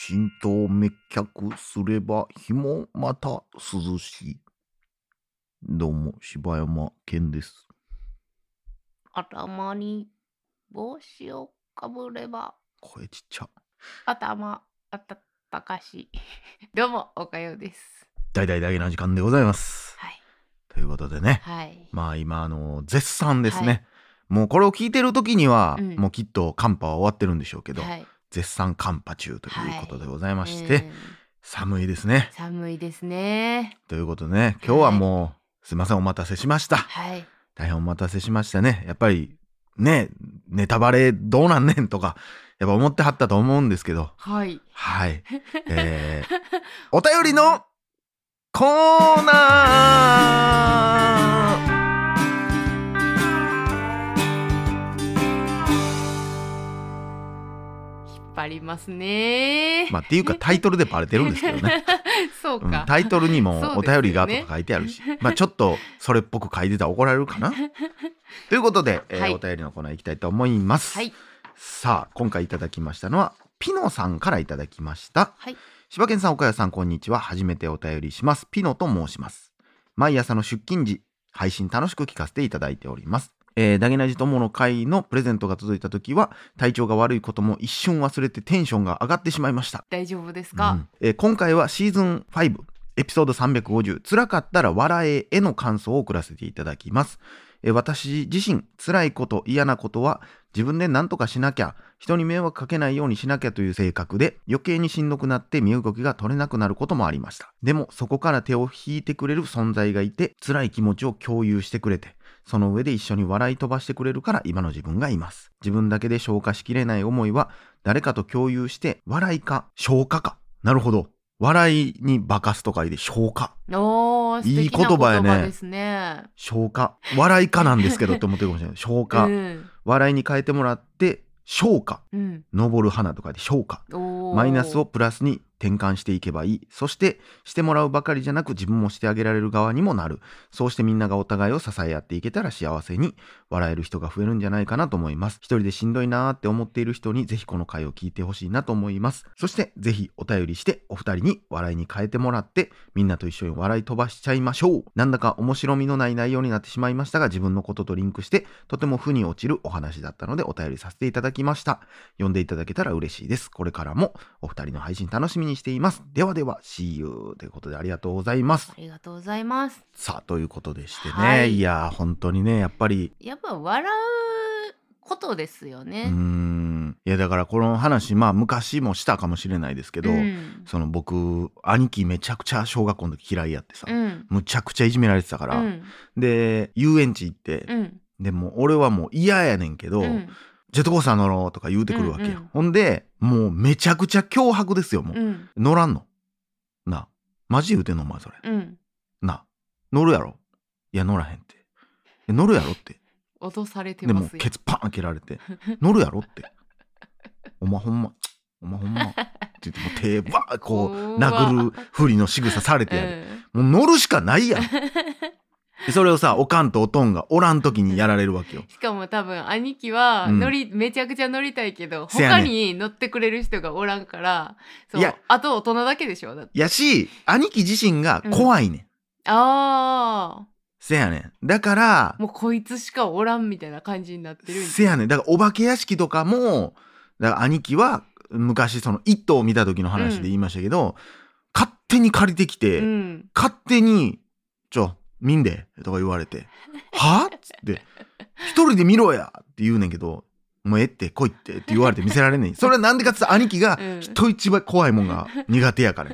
浸透滅却すれば日もまた涼しい。どうも柴山健です。 頭に帽子をかぶれば声ちっちゃ。 頭あたかし。どうもおかようです。 大々大な時間でございます。 はい。 ということでね、 はい。 まあ今絶賛ですね、 はいもうこれを聞いてる時には、 うんもうきっと寒波は終わってるんでしょうけど、 はい。 絶賛寒波中ということでございましうて、 ん寒いですね。 寒いですね。 ということでね、今日はもうすいません、お待たせしました。 はい。 大変お待たせしましたね。やっぱりね、ネタバレどうなんねんとかやっぱ思ってはったと思うんですけど、 はい。 はいお便りのコーナー。 引っ張りますね。 まあっていうかタイトルでバレてるんですけどねそうか、 タイトルにもおそうですよね便りがとか書いてあるし、まあちょっとそれっぽく書いてたら怒られるかなということで、 はいお便りのコーナー行きたいと思います。 はい。 さあ今回いただきましたのはピノさんからいただきました。 はい。 柴犬さん、岡谷さん、こんにちは。初めてお便りします。ピノと申します。毎朝の出勤時、配信楽しく聞かせていただいております。ダゲナジ友の会のプレゼントが届いた時は、体調が悪いことも一瞬忘れてテンションが上がってしまいました。 大丈夫ですか？ 今回はシーズン5、エピソード350、辛かったら笑えへの感想を送らせていただきます。私自身、辛いこと、嫌なことは自分で何とかしなきゃ、人に迷惑かけないようにしなきゃという性格で、余計にしんどくなって身動きが取れなくなることもありました。でも、そこから手を引いてくれる存在がいて、辛い気持ちを共有してくれて、その上で一緒に笑い飛ばしてくれるから今の自分がいます。自分だけで消化しきれない思いは、誰かと共有して、笑いか、消化か。なるほど。笑いに化かすと書いて消化。 おー、素敵な言葉ですね。 消化。笑いかなんですけどって思ってるかもしれない。消化。笑いに変えてもらって、昇華。昇る花とかで昇華。マイナスをプラスに転換していけばいい。そしてしてもらうばかりじゃなく自分もしてあげられる側にもなる。そうしてみんながお互いを支え合っていけたら幸せに笑える人が増えるんじゃないかなと思います。一人でしんどいなーって思っている人にぜひこの回を聞いてほしいなと思います。そしてぜひお便りしてお二人に笑いに変えてもらってみんなと一緒に笑い飛ばしちゃいましょう。なんだか面白みのない内容になってしまいましたが自分のこととリンクしてとても負に落ちるお話だったのでお便りさせていただきました。読んでいただけたら嬉しいです。これからもお二人の配信楽しみにしています。ではでは See you ということでありがとうございます。 ありがとうございます。 さあということでしてね、いや本当にねやっぱ笑うことですよね。 いやだからこの話昔もしたかもしれないですけど、その僕兄貴めちゃくちゃ小学校の時嫌いやってさ、むちゃくちゃいじめられてたから、で遊園地行って、でも俺はもう嫌やねんけど、ジェットコースター乗ろうとか言うてくるわけよ。ほんでもうめちゃくちゃ脅迫ですよ。もう、乗らんのな、マジ言うてんのお前それ、な、乗るやろ、いや乗らへんって、乗るやろって脅されてますよ。 でもケツパン開けられて乗るやろってお前ほんまって言っても手バーこう殴るふりの仕草されてやる、もう乗るしかないやんそれをさおかんとおとんがおらん時にやられるわけよ。 しかも多分兄貴はめちゃくちゃ乗りたいけど、他に乗ってくれる人がおらんから、そう、あと大人だけでしょ。だってやし兄貴自身が怖いねん、せやねん。だからもうこいつしかおらんみたいな感じになってるんせやねん。だからお化け屋敷とかもだから兄貴は昔その一頭を見た時の話で言いましたけど、勝手に借りてきて、勝手に見んでとか言われてはっつって一人で見ろやって言うねんけど、もうって来いって言われて見せられんねん。それはなんでかって兄貴が人一倍怖いもんが苦手やから、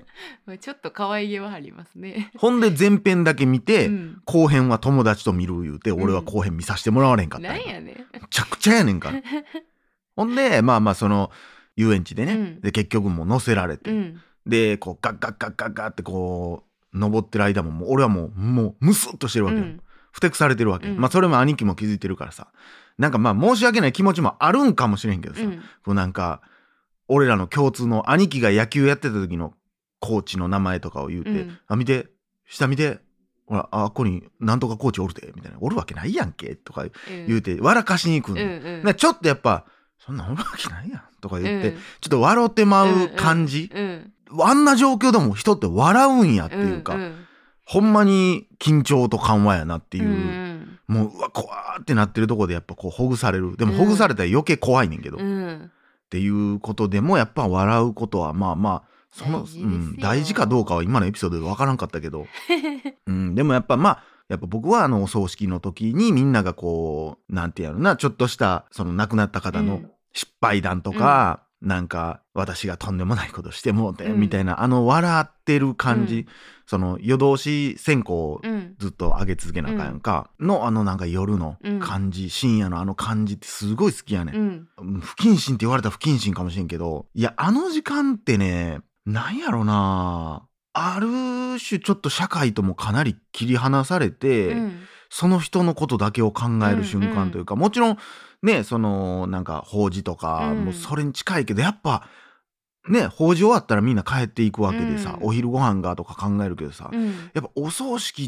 ちょっと可愛げはありますね。 ほんで前編だけ見て、後編は友達と見る言うて、俺は後編見させてもらわれんかった、 なんやねん、 めちゃくちゃやねんからほんでその遊園地でね、で結局もう乗せられて、でこうガッガッガッガッガッってこう登ってる間も俺はもうムスッとしてるわけよ、ふてくされてるわけ、それも兄貴も気づいてるからさ、なんか申し訳ない気持ちもあるんかもしれんけどさ、こうなんか俺らの共通の兄貴が野球やってた時のコーチの名前とかを言うて、見て下見てほらここになんとかコーチおるでみたいな、おるわけないやんけとか言うて笑かしに行くの、ちょっとやっぱそんなんおるわけないやんとか言って、ちょっと笑ってまう感じ、あんな状況でも人って笑うんやっていうか、ほんまに緊張と緩和やなっていう、もううわ怖ーってなってるとこでやっぱこうほぐされる。でもほぐされたら余計怖いねんけど、っていうことでもやっぱ笑うことはまあまあ大事かどうかは今のエピソードで分からんかったけど、でもやっぱやっぱ僕はお葬式の時にみんながこうなんてやろな、ちょっとしたその亡くなった方の失敗談とか、なんか私がとんでもないことしてもうてみたいな、笑ってる感じ、その夜通し線香をずっと上げ続けなあかんやんか、のなんか夜の感じ、深夜の感じってすごい好きやねん。不謹慎って言われたら不謹慎かもしれんけど、いや時間ってね、なんやろな、ある種ちょっと社会ともかなり切り離されて、その人のことだけを考える瞬間というか、もちろんね、そのなんか法事とか、もうそれに近いけど、やっぱね、法事終わったらみんな帰っていくわけでさ、お昼ご飯がとか考えるけどさ、やっぱお葬式って、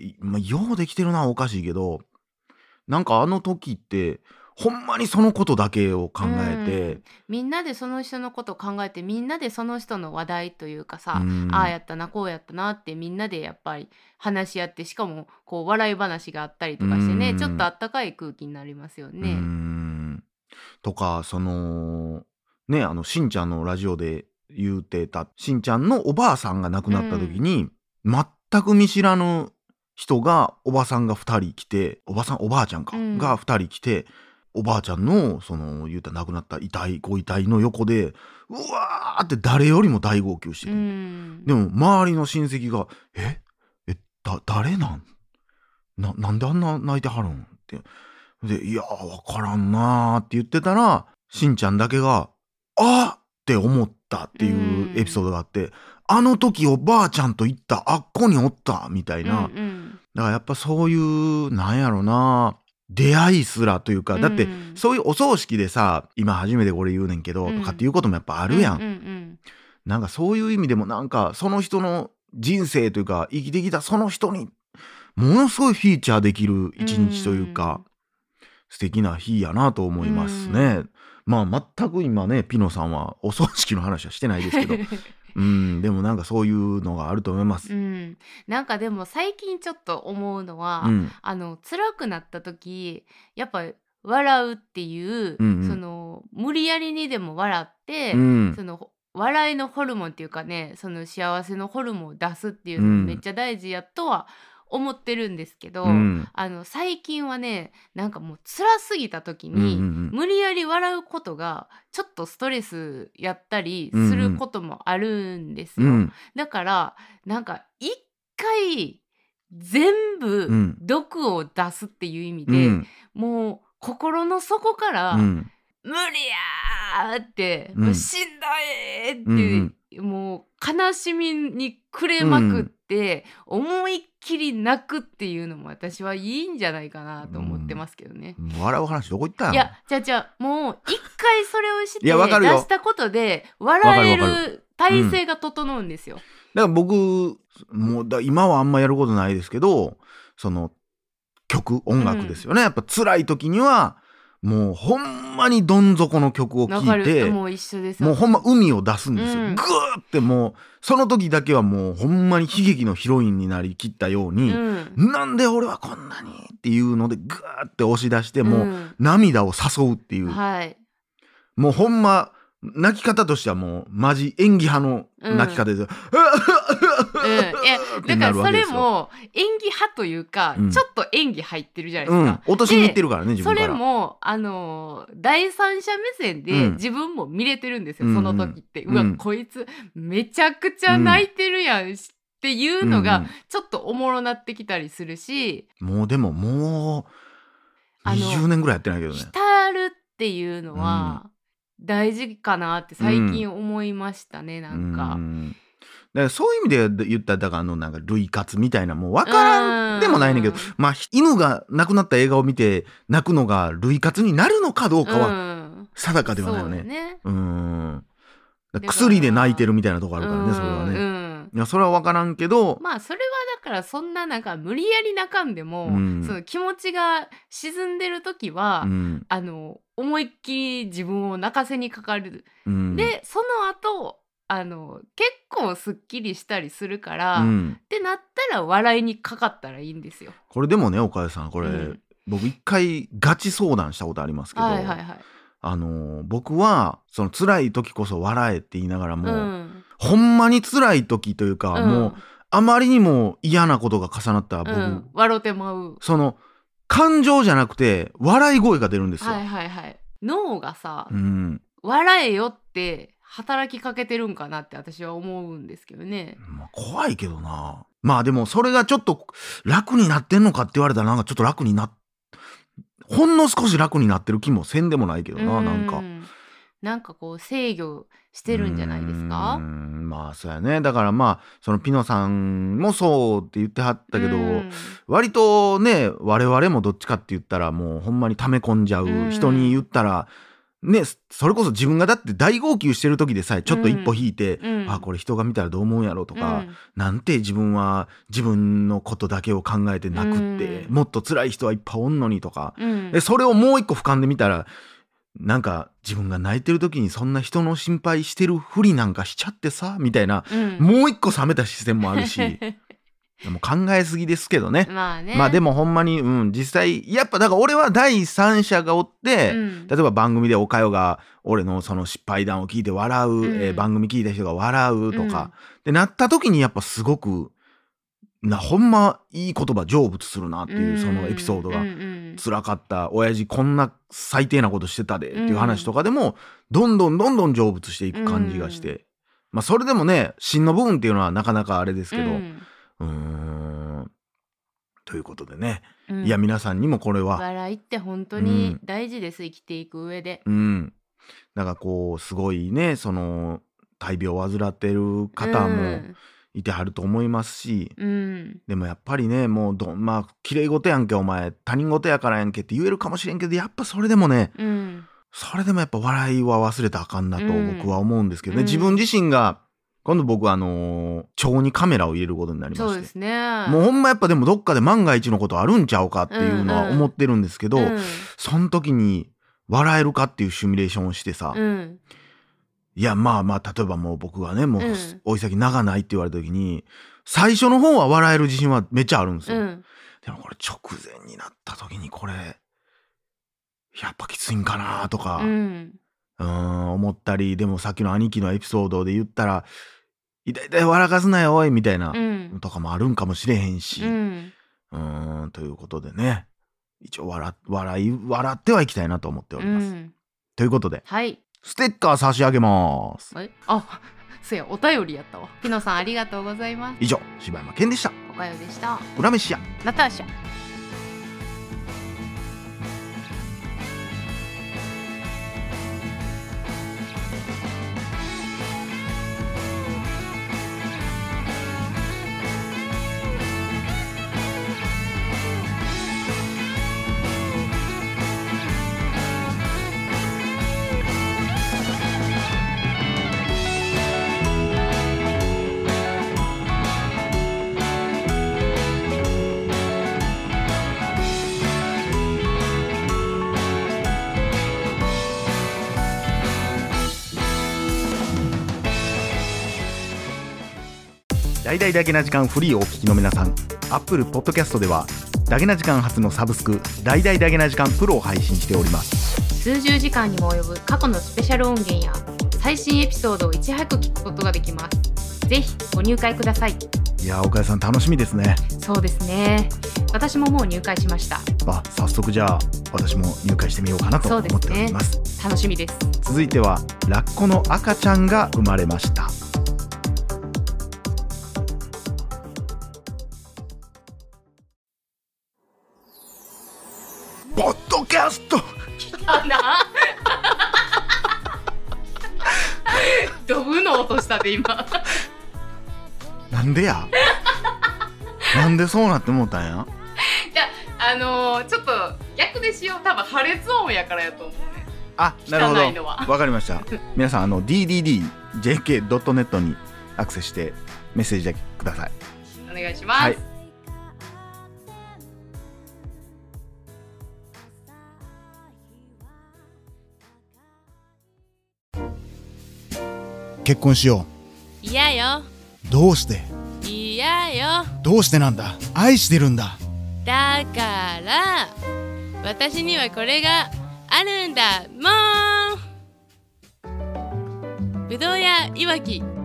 ようできてるな、おかしいけど、なんか時ってほんまにそのことだけを考えて、 みんなでその人のことを考えて、みんなでその人の話題というかさ、ああやったなこうやったなってみんなでやっぱり話し合って、しかもこう笑い話があったりとかしてね、ちょっとあったかい空気になりますよね。 とかそのね、しんちゃんのラジオで言うてたしんちゃんのおばあさんが亡くなった時に、全く見知らぬ人がおばさんが2人来て、おばあちゃんか、が2人来て、おばあちゃんのその言うたら亡くなったご遺体の横でうわーって誰よりも大号泣してて、でも周りの親戚が誰なんであんな泣いてはるんってで、いやわからんなーって言ってたら、しんちゃんだけがあって思ったっていうエピソードがあって、あの時おばあちゃんと行ったあっこにおったみたいな、だからやっぱそういうなんやろな、出会いすらというか、だってそういうお葬式でさ、今初めてこれ言うねんけど、とかっていうこともやっぱあるやん。なんかそういう意味でもなんかその人の人生というか生きてきたその人にものすごいフィーチャーできる一日というか、素敵な日やなと思いますね。全く今ねピノさんはお葬式の話はしてないですけどでもなんかそういうのがあると思います。 なんかでも最近ちょっと思うのは、辛くなった時やっぱ笑うっていう、その無理やりにでも笑って、その笑いのホルモンっていうかね、その幸せのホルモンを出すっていうのもめっちゃ大事やとは思ってるんですけど、最近はね、なんかもう辛すぎた時に、無理やり笑うことがちょっとストレスやったりすることもあるんですよ。だからなんか一回全部毒を出すっていう意味で、もう心の底から、無理やーって、もうしんどいって、もう悲しみに暮れまくって、思いっきり泣くっていうのも私はいいんじゃないかなと思ってますけどね。 笑う話どこ行ったん？ いやじゃあもう一回それをして出したことで笑える体制が整うんですよ。 だから僕もう今はあんまやることないですけど、その音楽ですよね。やっぱ辛い時にはもうほんまにどん底の曲を聴いて、 もう一緒です。 もうほんま海を出すんですよ。グーってもうその時だけはもうほんまに悲劇のヒロインになりきったように、なんで俺はこんなにっていうのでグーって押し出して、もう涙を誘うっていう、もうほんま泣き方としてはもうマジ演技派の泣き方ですよ。 だからそれも演技派というか、ちょっと演技入ってるじゃないですか。 落としにいってるからね、自分から。 それも第三者目線で自分も見れてるんですよ、その時って。うわ、こいつめちゃくちゃ泣いてるやんっていうのがちょっとおもろなってきたりするし、 もう20年ぐらいやってないけどね。 浸るっていうのは大事かなって最近思いましたね、なんか。 だからそういう意味で言ったら、だからなんか類活みたいな、もう分からんでもないねんけど、犬が亡くなった映画を見て泣くのが類活になるのかどうかは定かではないよね。薬で泣いてるみたいなとこあるからね、それはね。いやそれは分からんけど、 それはだからそんななんか無理やり泣かんでも、その気持ちが沈んでる時は、 思いっきり自分を泣かせにかかる、でその後結構すっきりしたりするから、ってなったら笑いにかかったらいいんですよ。 これでもね、岡谷さんこれ、僕一回ガチ相談したことありますけど、僕はその辛い時こそ笑えって言いながらも、ほんまに辛い時というか、もうあまりにも嫌なことが重なったら僕、 笑ってまう。 その感情じゃなくて笑い声が出るんですよ。 脳がさ、笑えよって働きかけてるんかなって私は思うんですけどね。 怖いけどな。まあでもそれがちょっと楽になってんのかって言われたら、なんかちょっとほんの少し楽になってる気もせんでもないけどな。 なんかこう制御してるんじゃないですか。 まあそうやね。だからまあそのピノさんもそうって言ってはったけど、割とね我々もどっちかって言ったらもうほんまに溜め込んじゃう、人に言ったらね、それこそ自分がだって大号泣してる時でさえちょっと一歩引いて、あ、これ人が見たらどう思うんやろとか、なんて自分は自分のことだけを考えて泣くって、もっと辛い人はいっぱいおんのにとか、それをもう一個俯瞰で見たら、なんか自分が泣いてる時にそんな人の心配してるふりなんかしちゃってさみたいな、もう一個冷めた視線もあるしでも考えすぎですけどね。まあでもほんまに、実際やっぱだから俺は第三者がおって、例えば番組でおかよが俺のその失敗談を聞いて笑う、番組聞いた人が笑うとか、でなった時にやっぱすごくほんまいい言葉成仏するなっていう、そのエピソードが、辛かった親父こんな最低なことしてたでっていう話とかでもどんどん成仏していく感じがして、まあそれでもね芯の部分っていうのはなかなかあれですけど、ということでね、いや皆さんにもこれは笑いって本当に大事です、生きていく上で。 だからこうすごいね、その大病を患ってる方もいてはると思いますし、でもやっぱりね、もうまあ綺麗事やんけお前他人事やからやんけって言えるかもしれんけど、やっぱそれでもね、それでもやっぱ笑いは忘れたらあかんなと僕は思うんですけどね。自分自身が今度僕は腸にカメラを入れることになりまして、そうですね、もうほんまやっぱでもどっかで万が一のことあるんちゃうかっていうのは思ってるんですけど、その時に笑えるかっていうシミュレーションをしてさ、いやまあ例えばもう僕がねもうおい先長ないって言われた時に最初の方は笑える自信はめっちゃあるんですよ。でもこれ直前になった時にこれやっぱきついんかなとか思ったり、でもさっきの兄貴のエピソードで言ったら痛い笑かすなよおいみたいなとかもあるんかもしれへんし、ということでね、一応笑ってはいきたいなと思っております。ということで、ステッカー差し上げます。 そうやお便りやったわ。ピノさんありがとうございます。 以上柴山健でした。 おかよでした。 裏飯屋ナターシャ。 大々だけな時間フリーをお聞きの皆さん、Apple Podcast ではだけな時間初のサブスク大々だけな時間プロを配信しております。 数十時間にも及ぶ過去のスペシャル音源や最新エピソードをいち早く聞くことができます。ぜひご入会ください。 いや岡谷さん楽しみですね。 そうですね、私ももう入会しました。 早速じゃあ私も入会してみようかなと思っております。 楽しみです。 続いてはラッコの赤ちゃんが生まれました。ポッドキャストドブの音したで今なんでやなんでそうなって思ったんや。 いやちょっと逆でしよう。多分破裂音やからやと思うね。 なるほど、わかりました。皆さんDDDJK.net にアクセスしてメッセージだけください。 お願いします。 結婚しよう。嫌よ。 どうして？ 嫌よ。どうしてなんだ？愛してるんだ。 だから私にはこれがあるんだもん。ぶどうやいわき